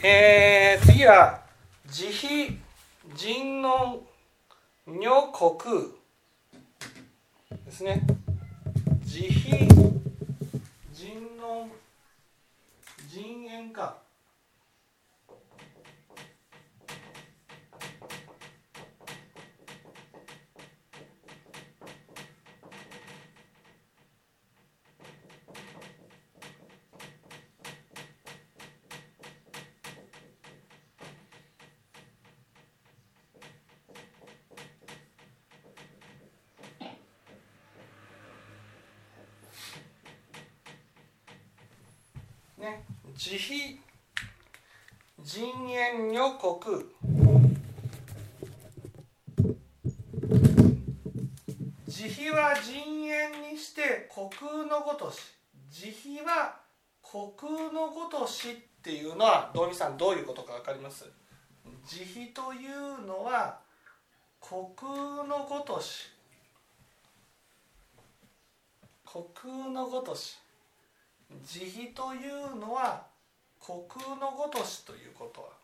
次は慈悲人の女国ですね。慈悲人の人縁か。ね、慈悲人縁女国慈悲は人縁にして虚空のごとし、慈悲は虚空のごとしっていうのは道美さんどういうことか分かります？慈悲というのは虚空のごとし、虚空のごとし、慈悲というのは虚空のごとしということは、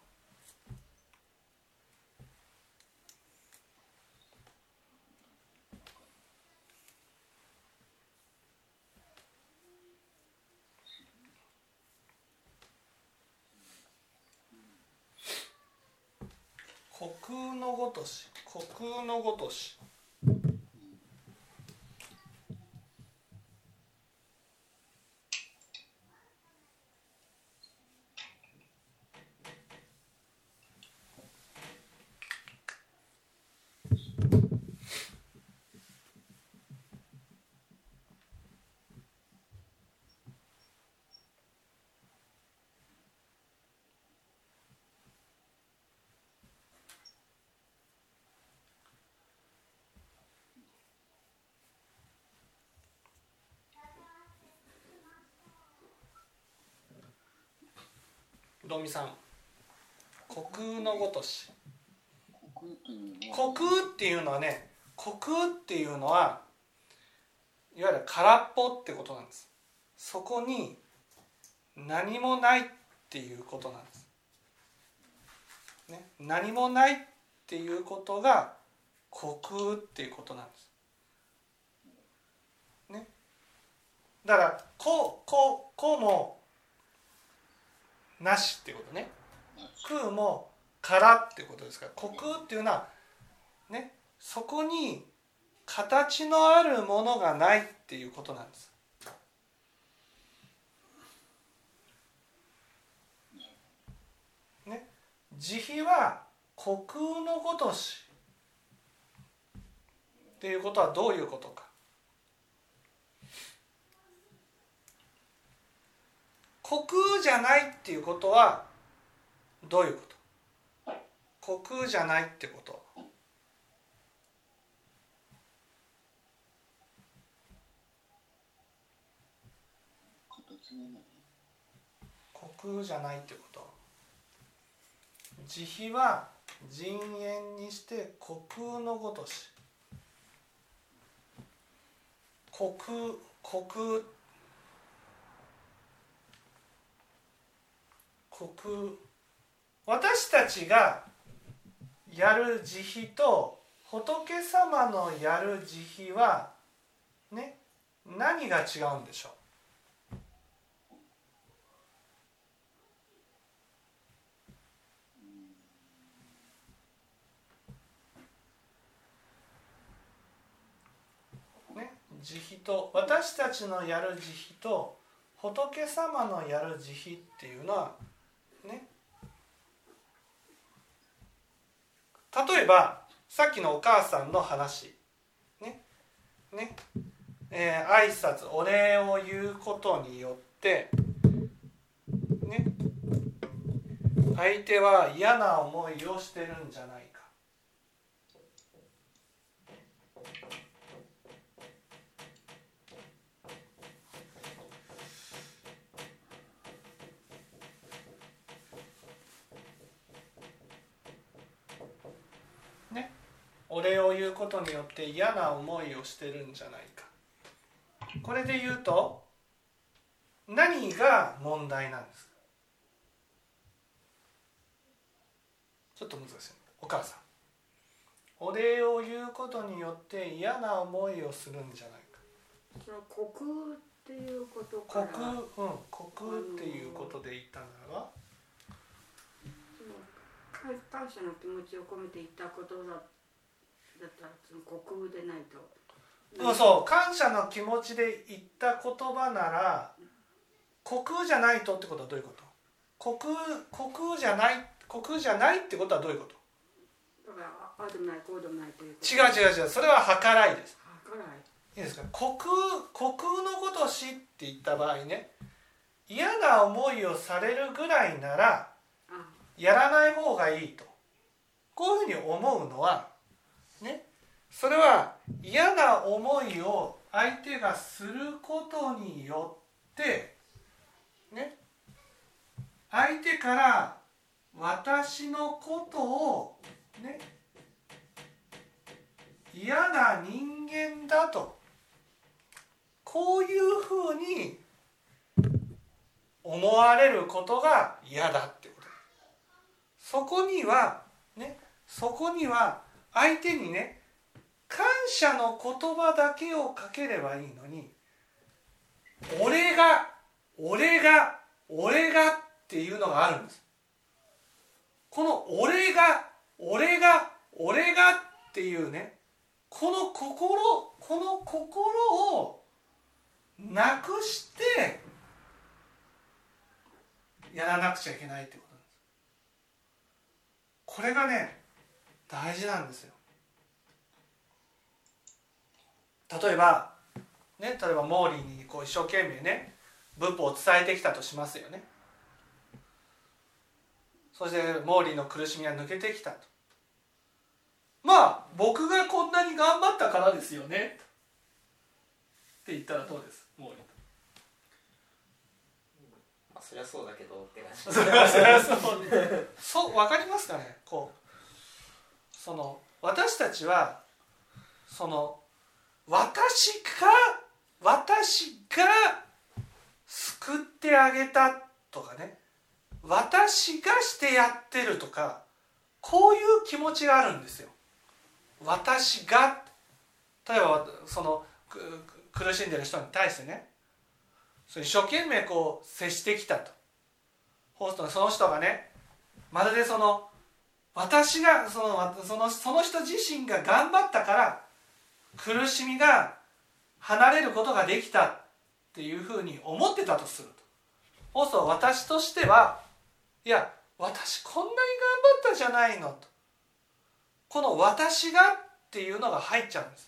虚空のごとし、虚空のごとし、道美さん、虚空のごとし、虚空っていうのはね、虚空っていうのはいわゆる空っぽってことなんです。そこに何もないっていうことなんです、ね、何もないっていうことが虚空っていうことなんです、ね、だからこもなしっていうことね、空も空っていうことですから、虚空っていうのはね、そこに形のあるものがないっていうことなんです、ね、慈悲は虚空のごとしっていうことはどういうことか。虚空じゃないっていうことはどういうこと？虚空じゃないってことは虚空じゃないってこと。慈悲は人縁にして虚空のごとし、虚空私たちがやる慈悲と仏様のやる慈悲はね、何が違うんでしょう、ね、慈悲と私たちのやる慈悲と仏様のやる慈悲っていうのはね、例えばさっきのお母さんの話ね、挨拶お礼を言うことによってね、相手は嫌な思いをしてるんじゃないか、ね、お礼を言うことによって嫌な思いをしてるんじゃないか。これで言うと何が問題なんですか？ ちょっと難しい。お母さん、お礼を言うことによって嫌な思いをするんじゃないか。 その虚空っていうことから、 虚空っていうことで言ったならば、 感謝の気持ちを込めて言ったことだったら、その虚空でないと。 そう、感謝の気持ちで言った言葉なら、虚空じゃないとってことはどういうこと？虚空じゃないってことはどういうこと？ だからああでもないこうでもないということ。 違う、それは計らいです。 計らい。 いいですか？虚空のごとしって言った場合ね、嫌な思いをされるぐらいならやらない方がいいと、こういうふうに思うのはね、それは嫌な思いを相手がすることによってね、相手から私のことをね、嫌な人間だと、こういうふうに思われることが嫌だってこと。そこには相手にね、感謝の言葉だけをかければいいのに、俺がっていうのがあるんです。この俺がっていうね、この心をなくしてやらなくちゃいけないってことなんです。これがね、大事なんですよ。例えばモーリーにこう一生懸命ね、仏法を伝えてきたとしますよね。そしてモーリーの苦しみが抜けてきたと。まあ僕がこんなに頑張ったからですよねって言ったらどうです？モーリーと。 まあそりゃそうだけどって感じ。 そりゃそうね。そう、わかりますかね。こうその私たちはその私が救ってあげたとかね、私がしてやってるとか、こういう気持ちがあるんですよ。私が、例えばその苦しんでる人に対してね、一生懸命こう接してきたと。その人がね、まるでその私がその人自身が頑張ったから苦しみが離れることができたっていうふうに思ってたとすると、そう私としては、いや私こんなに頑張ったじゃないのと、この私がっていうのが入っちゃうんです。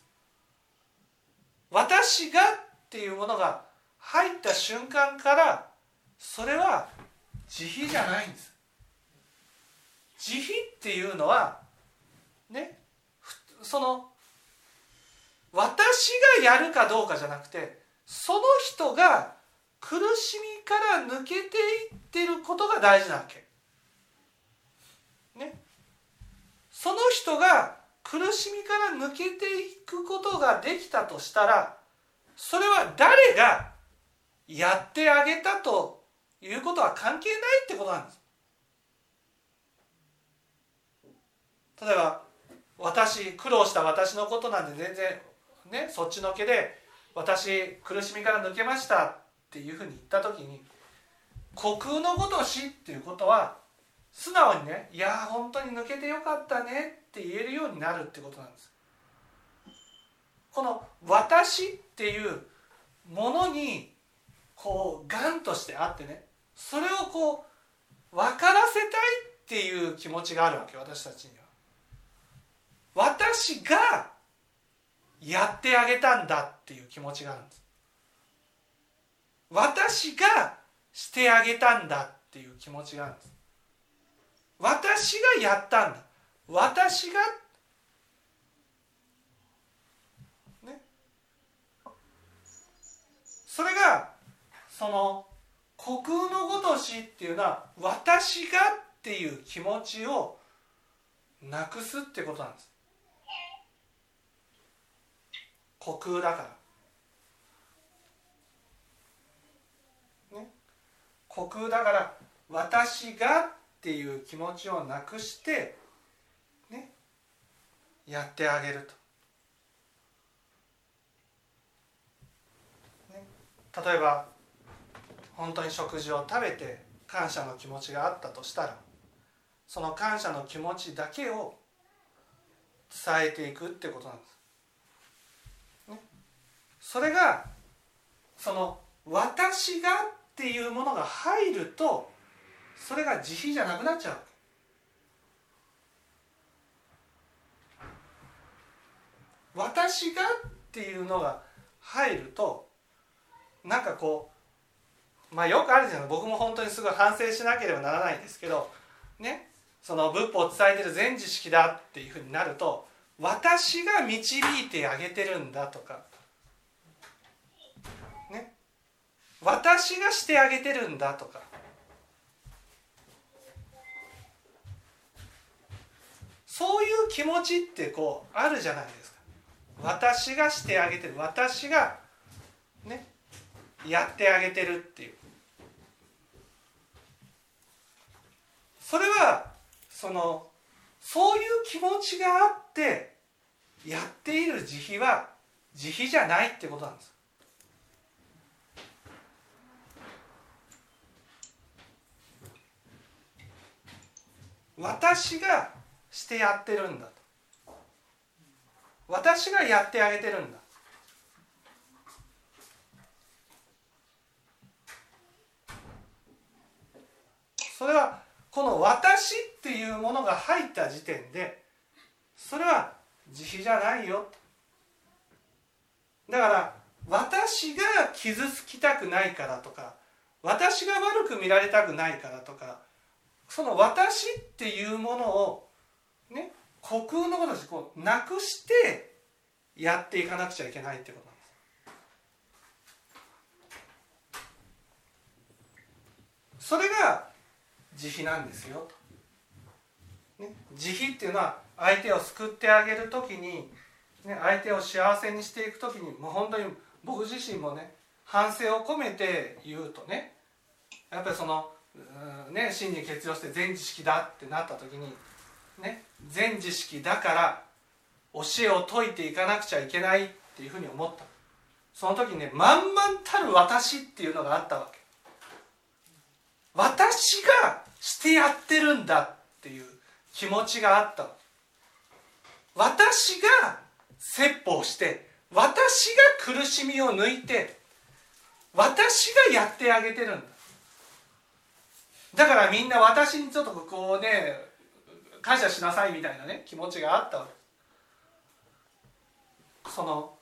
私がっていうものが入った瞬間から、それは慈悲じゃないんです。慈悲っていうのはね、その私がやるかどうかじゃなくて、その人が苦しみから抜けていってることが大事なわけね。その人が苦しみから抜けていくことができたとしたら、それは誰がやってあげたということは関係ないってことなんです。例えば苦労した私のことなんで全然ね、そっちのけで私苦しみから抜けましたっていうふうに言った時に、虚空のごとしっていうことは素直にね、いや本当に抜けてよかったねって言えるようになるってことなんです。この私っていうものにこう頑としてあってね、それをこう分からせたいっていう気持ちがあるわけ、私たちには。私がやってあげたんだっていう気持ちがあるんです。私がしてあげたんだっていう気持ちがあるんです。私がやったんだ、私がね、それがその虚空のごとしっていうのは、私がっていう気持ちをなくすってことなんです。虚空だからね、虚空だから私がっていう気持ちをなくして、 やってあげると、ね、例えば本当に食事を食べて感謝の気持ちがあったとしたら、その感謝の気持ちだけを伝えていくってことなんです、ね、それがその私がっていうものが入ると、それが慈悲じゃなくなっちゃう。私がっていうのが入ると、なんかこう、まあよくあるじゃない。僕も本当にすごい反省しなければならないですけどね、その仏法を伝えてる全知識だっていうふうになると、私が導いてあげてるんだとかね、私がしてあげてるんだとか、そういう気持ちってこうあるじゃないですか。私がしてあげてる、私がねやってあげてるっていう、それはそういう気持ちがあってやっている慈悲は慈悲じゃないってことなんです。私がしてやってるんだと、私がやってあげてるんだ、それはこの私っていうものが入った時点で、それは慈悲じゃないよ。だから私が傷つきたくないからとか、私が悪く見られたくないからとか、その私っていうものをね、虚空のことでこうなくしてやっていかなくちゃいけないってことなんです。それが慈悲なんですよと、ね、慈悲っていうのは相手を救ってあげるときに、ね、相手を幸せにしていくときに、もう本当に僕自身もね反省を込めて言うとね、やっぱりそのね、真に結合して全知識だってなった時に、ね、全知識だから教えを説いていかなくちゃいけないっていうふうに思った。その時にね、満々たる私っていうのがあったわけ。私がしてやってるんだっていう気持ちがあったわけ。私が説法して、私が苦しみを抜いて、私がやってあげてるんだ。だからみんな私にちょっとこうね感謝しなさいみたいなね気持ちがあったわけ。その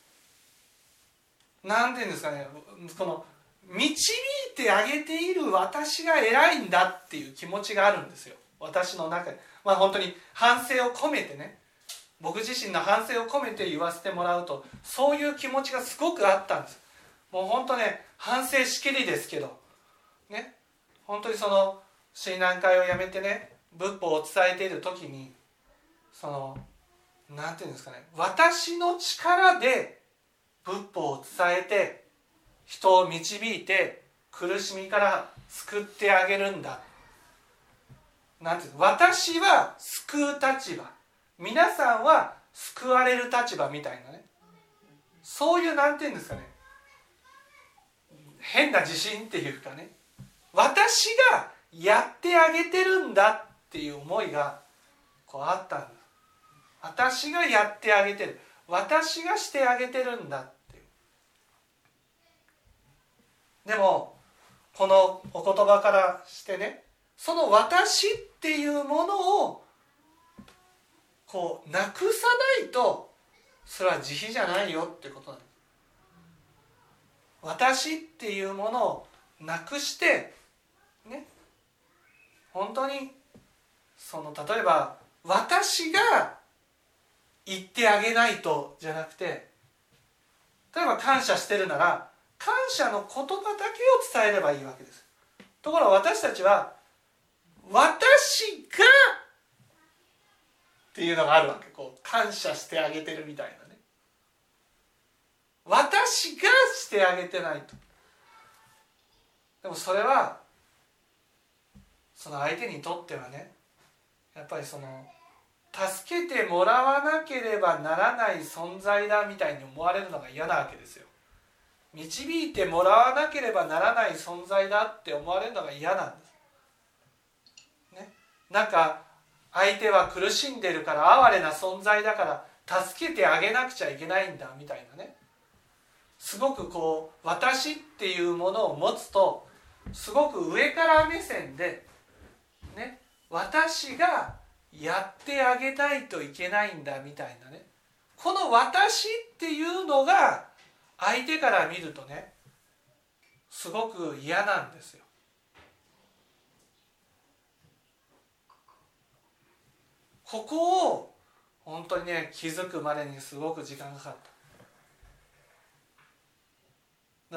なんていうんですかね、この導いてあげている私が偉いんだっていう気持ちがあるんですよ、私の中で。まあ本当に反省を込めてね、僕自身の反省を込めて言わせてもらうと、そういう気持ちがすごくあったんです。もう本当ね反省しきりですけどね、本当にその親鸞会をやめてね仏法を伝えている時に、そのなんていうんですかね、私の力で仏法を伝えて人を導いて苦しみから救ってあげるんだ、なんていうの、私は救う立場、皆さんは救われる立場みたいなね、そういうなんていうんですかね、変な自信っていうかね、私がやってあげてるんだっていう思いがこうあったんです。私がやってあげてる、私がしてあげてるんだっていう。でもこのお言葉からしてね、その私っていうものをこうなくさないと、それは慈悲じゃないよってことなんです。私っていうものをなくしてね、本当にその例えば私が言ってあげないとじゃなくて、例えば感謝してるなら感謝の言葉だけを伝えればいいわけです。ところが私たちは私がっていうのがあるわけ。こう感謝してあげてるみたいなね、私がしてあげてないと。でもそれはその相手にとってはね、やっぱりその助けてもらわなければならない存在だみたいに思われるのが嫌なわけですよ。導いてもらわなければならない存在だって思われるのが嫌なんです、ね、なんか相手は苦しんでるから哀れな存在だから助けてあげなくちゃいけないんだみたいなね、すごくこう私っていうものを持つとすごく上から目線で、ね、私がやってあげたいといけないんだみたいなね、この私っていうのが相手から見るとねすごく嫌なんですよ。ここを本当にね気づくまでにすごく時間がかかった。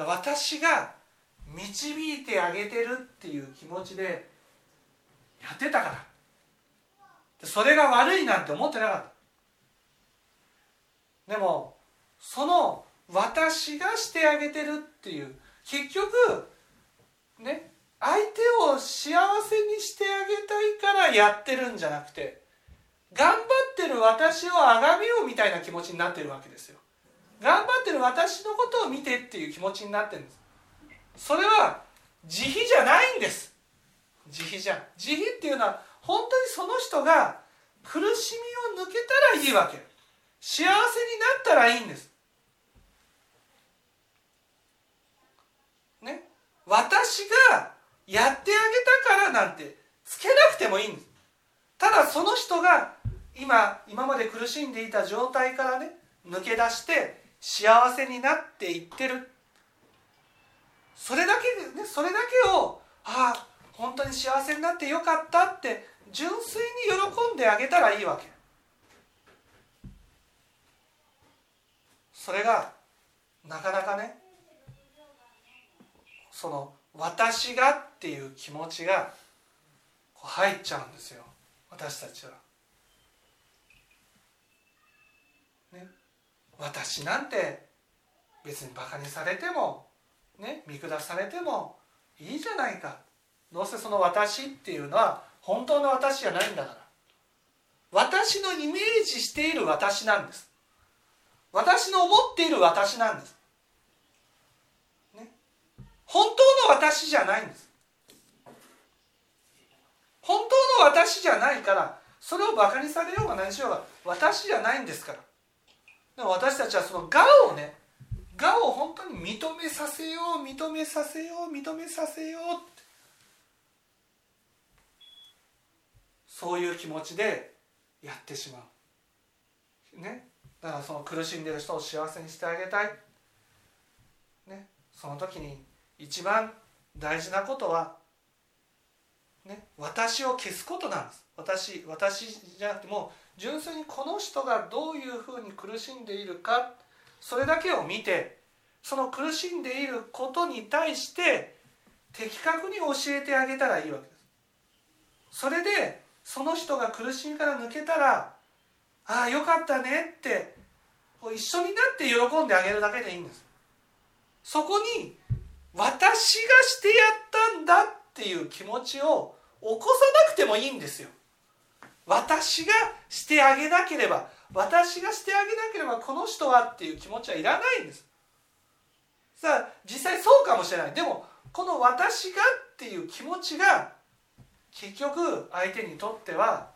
私が導いてあげてるっていう気持ちでやってたから、それが悪いなんて思ってなかった。でもその私がしてあげてるっていう、結局ね、相手を幸せにしてあげたいからやってるんじゃなくて、頑張ってる私を崇めようみたいな気持ちになってるわけですよ。頑張ってる私のことを見てっていう気持ちになってるんです。それは慈悲じゃないんです。慈悲っていうのは本当にその人が苦しみを抜けたらいいわけ、幸せになったらいいんですね。私がやってあげたからなんてつけなくてもいいんです。ただその人が今まで苦しんでいた状態からね抜け出して幸せになっていってる、それだけでね、それだけを本当に幸せになってよかったって純粋に喜んであげたらいいわけ。それがなかなかね、その私がっていう気持ちが入っちゃうんですよ、私たちは、ね、私なんて別にバカにされても、ね、見下されてもいいじゃないか、どうせその私っていうのは本当の私じゃないんだから、私のイメージしている私なんです、私の思っている私なんです、ね、本当の私じゃないんです。本当の私じゃないから、それをバカにされようが何しようが私じゃないんですから。でも私たちはその我を本当に認めさせようってそういう気持ちでやってしまう、ね、だからその苦しんでいる人を幸せにしてあげたい、ね、その時に一番大事なことは、ね、私を消すことなんです。私じゃなくても純粋にこの人がどういうふうに苦しんでいるか、それだけを見て、その苦しんでいることに対して的確に教えてあげたらいいわけです。それでその人が苦しみから抜けたら、ああよかったねって一緒になって喜んであげるだけでいいんです。そこに私がしてやったんだっていう気持ちを起こさなくてもいいんですよ。私がしてあげなければこの人はっていう気持ちはいらないんです。さあ実際そうかもしれない。でもこの私がっていう気持ちが結局相手にとっては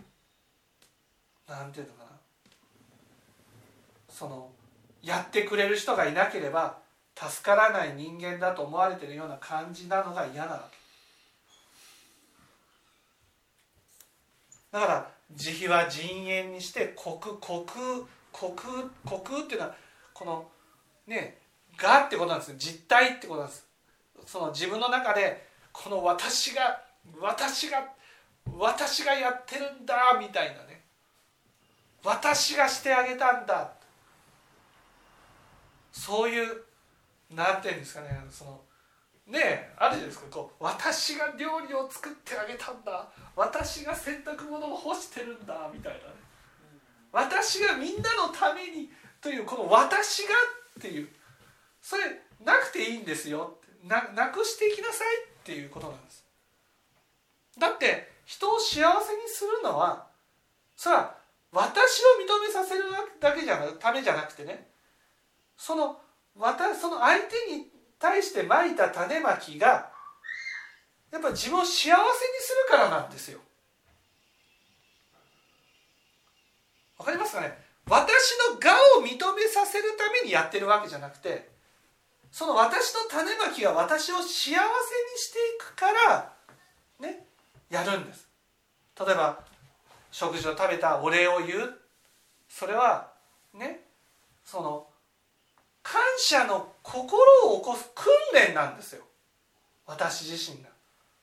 なんていうのかな、そのやってくれる人がいなければ助からない人間だと思われているような感じなのが嫌なわけだから、慈悲は人縁にして虚空っていうのはこのねがってことなんです。実体ってことなんです。その自分の中でこの私がやってるんだみたいなね、私がしてあげたんだ、そういうなんていうんですかね、そのねあるじゃないですか、こう私が料理を作ってあげたんだ、私が洗濯物を干してるんだみたいなね、私がみんなのためにというこの私がっていう、それなくていいんですよ、なくしていきなさいっていうことなんです。だって人を幸せにするのはそれは私を認めさせるだけじゃなためじゃなくてね、その相手に対してまいた種まきがやっぱ自分を幸せにするからなんですよ。わかりますかね。私の我を認めさせるためにやってるわけじゃなくて、その私の種まきが私を幸せにしていくからね、やるんです。例えば食事を食べたお礼を言う、それはね、その感謝の心を起こす訓練なんですよ、私自身が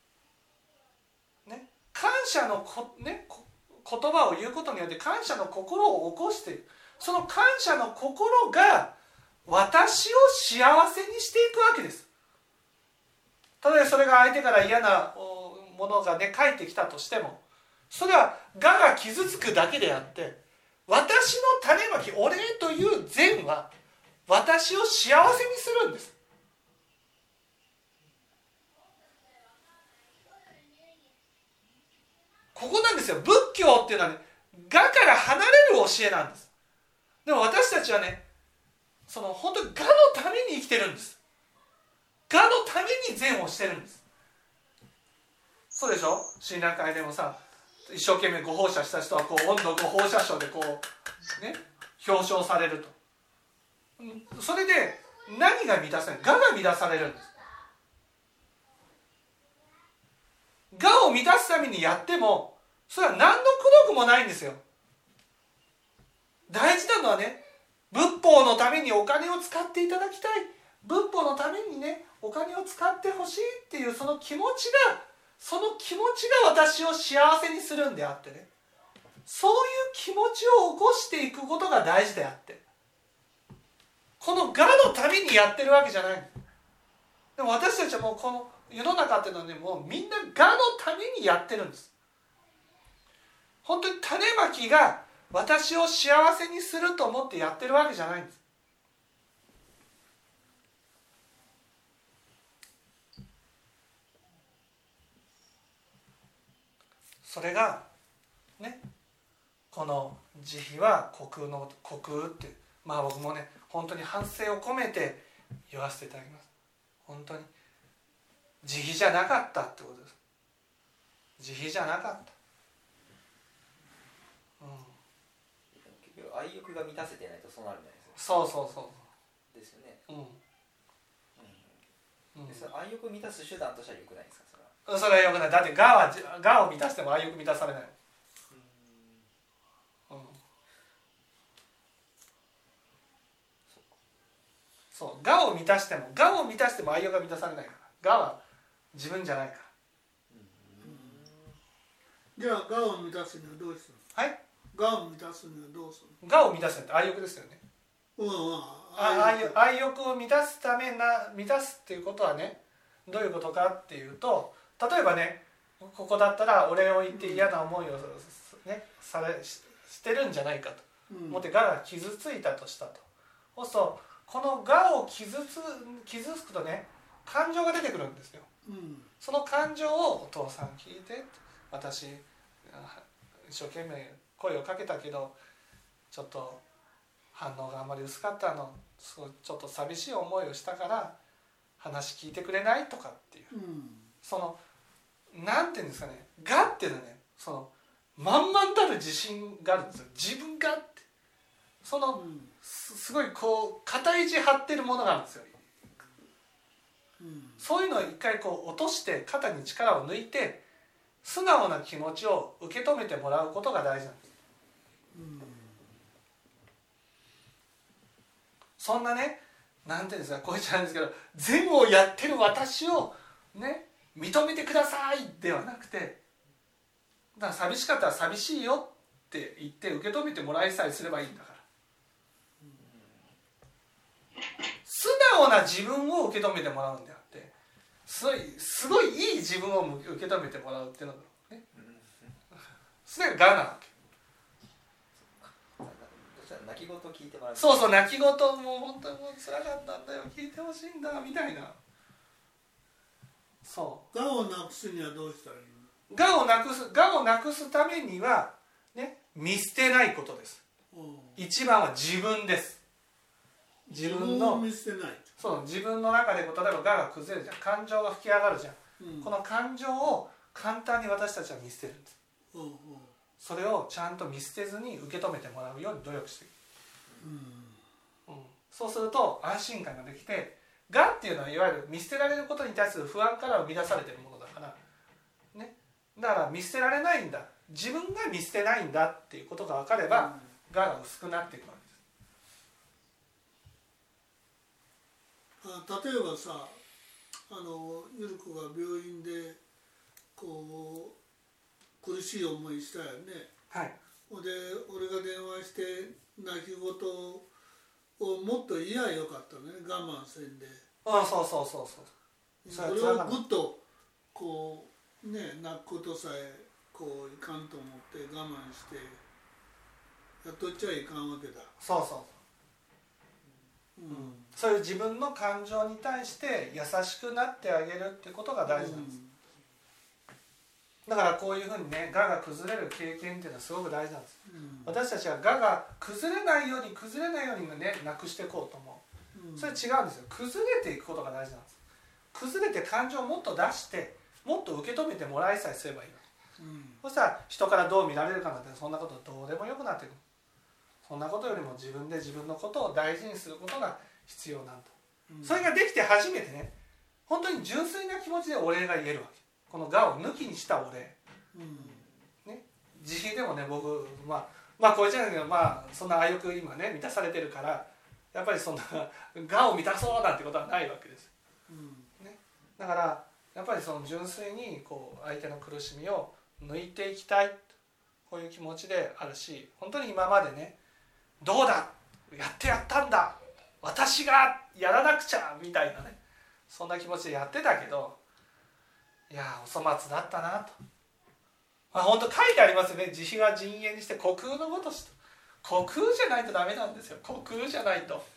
ね。感謝の言葉を言うことによって感謝の心を起こしている。その感謝の心が私を幸せにしていくわけです。たとえそれが相手から嫌なものがね返ってきたとしても、それは我が傷つくだけであって、私の種まきお礼という善は私を幸せにするんです。ここなんですよ。仏教っていうのはね、我から離れる教えなんです。でも私たちはね、その本当に我のために生きてるんです。我のために善をしてるんです。そうでしょ。親鸞会でもさ、一生懸命ご奉仕した人はこう恩のご奉仕賞でこうね表彰されると。それで何が満たされる？我が満たされるんです。我を満たすためにやってもそれは何の苦毒もないんですよ。大事なのはね、仏法のためにお金を使っていただきたい、仏法のためにねお金を使ってほしいっていうその気持ちが私を幸せにするんであってね、そういう気持ちを起こしていくことが大事であって、この我のためにやってるわけじゃない。でも私たちはもうこの世の中っていうのはね、もうみんな我のためにやってるんです。本当に種まきが私を幸せにすると思ってやってるわけじゃないんです。それがね、この慈悲は虚空って、まあ僕もね本当に反省を込めて言わせていただきます。本当に慈悲じゃなかったってことです。慈悲じゃなかった。 結局愛欲が満たせてないとそうなるんじゃないですか。 そうですよね。 でその愛欲を満たす手段としては良くないですか。 それは良くない。だって我を満たしても愛欲満たされない。そう我を満たしても愛欲が満たされないから。我は自分じゃないから。 じゃあ我を満たすにはどうするの？ はい。 我を満たすにはどうするの？ 我を満たすって愛欲ですよね。愛欲を満たすっていうことはね、どういうことかっていうと、例えばね、ここだったらお礼を言って嫌な思いを、ね、してるんじゃないかと思って我が傷ついたとしたと。そうするとこの我を傷つくとね、感情が出てくるんですよ。その感情をお父さん聞いて、私一生懸命声をかけたけどちょっと反応があまり薄かったの、ちょっと寂しい思いをしたから話聞いてくれないとかっていう、そのなんていうんですかね、我っていうのはね、その満々たる自信があるんですよ。自分がってその、すごいこう肩意地張ってるものがあるんですよ。そういうのを一回こう落として肩に力を抜いて素直な気持ちを受け止めてもらうことが大事なんです。そんなね、なんていうんですか、こう言っちゃうんですけど、善をやってる私をね認めてくださいではなくて、だから寂しかったら寂しいよって言って受け止めてもらいさえすればいいんだから、素直な自分を受け止めてもらうんであって、すごいいい自分を受け止めてもらうっていうのがね、それが我なわけ。 泣き言聞いてもらう。 そう泣き言もう本当にもう辛かったんだよ、聞いてほしいんだみたいな。そう我をなくすにはどうしたらいいの？ 我をなくすためにはね、 見捨てないことです。一番は自分です。自分の見捨てない。 そう自分の中で例えば我が崩れるじゃん、感情が吹き上がるじゃん、この感情を簡単に私たちは見捨てるんです。それをちゃんと見捨てずに受け止めてもらうように努力していく、そうすると安心感ができて、我っていうのはいわゆる見捨てられることに対する不安から生み出されているものだから、ね、だから見捨てられないんだ、自分が見捨てないんだっていうことが分かれば、我が薄くなっていくわけです。 例えばさ、ゆる子が病院でこう苦しい思いしたよね。 はい。 で俺が電話して泣き言をもっと言えばよかったね、我慢せんで。 そう。 それをぐっとこうね、泣くことさえこういかんと思って我慢してやっとっちゃいかんわけだ。 そういう自分の感情に対して優しくなってあげるってことが大事なんです、だからこういうふうにね、我が崩れる経験っていうのはすごく大事なんです、私たちは我が崩れないようにね、なくしていこうと思う、それ違うんですよ。崩れていくことが大事なんです。崩れて感情をもっと出してもっと受け止めてもらいさえすればいい、そしたら人からどう見られるかなんてそんなことどうでもよくなってくる。そんなことよりも自分で自分のことを大事にすることが必要なんだ、それができて初めてね、本当に純粋な気持ちでお礼が言えるわけ。この我を抜きにしたお礼、ね、慈悲でもね、僕まあこれじゃないけど、そんな愛欲今ね満たされてるから、やっぱりそんな我を満たそうなんてことはないわけです、ね、だからやっぱりその純粋にこう相手の苦しみを抜いていきたい、こういう気持ちであるし、本当に今までね、どうだやったんだ私がやらなくちゃみたいなね、そんな気持ちでやってたけど、いやお粗末だったなと、本当書いてありますよね。慈悲は陣営にして虚空のごとしと。虚空じゃないとダメなんですよ。虚空じゃないと。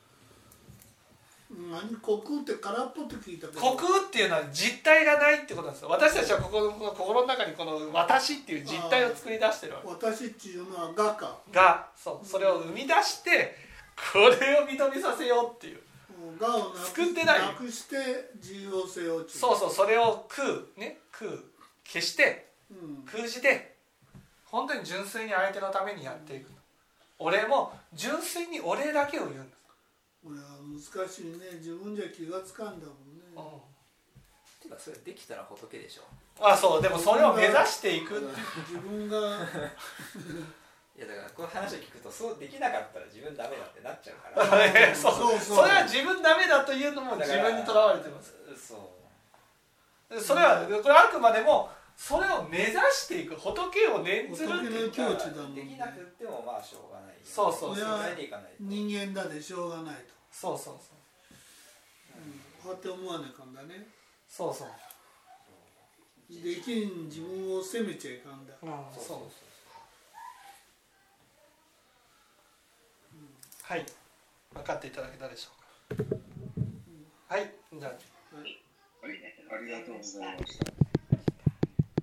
何虚空って空っぽって聞いたけど、 虚空っていうのは実体がないってことなんですよ。私たちは心の中にこの私っていう実体を作り出してるわけ。 私っていうのは我か。 それを生み出してこれを認めさせようっていう。 我をなくして重要性を。 それを消して、封じて、本当に純粋に相手のためにやっていく。俺も純粋にお礼だけを言うんです。 これは難しいね。自分じゃ気がつかんだもんね。 てかそれできたら仏でしょ。 でもそれを目指していくっていう。 自分がいやだからこの話を聞くと、そうできなかったら自分ダメだってなっちゃうから。 それは自分ダメだというのも自分にとらわれてます。それはこれあくまでもそれを目指していく、仏を念ずるっていう。 境地だもんね。 できなくてもしょうがない。 人間だでしょうがないと。こうやって思わないかんだね。できん自分を責めちゃいかんだ。 はい、分かっていただけたでしょうか。はい、じゃあ。 ありがとうございました。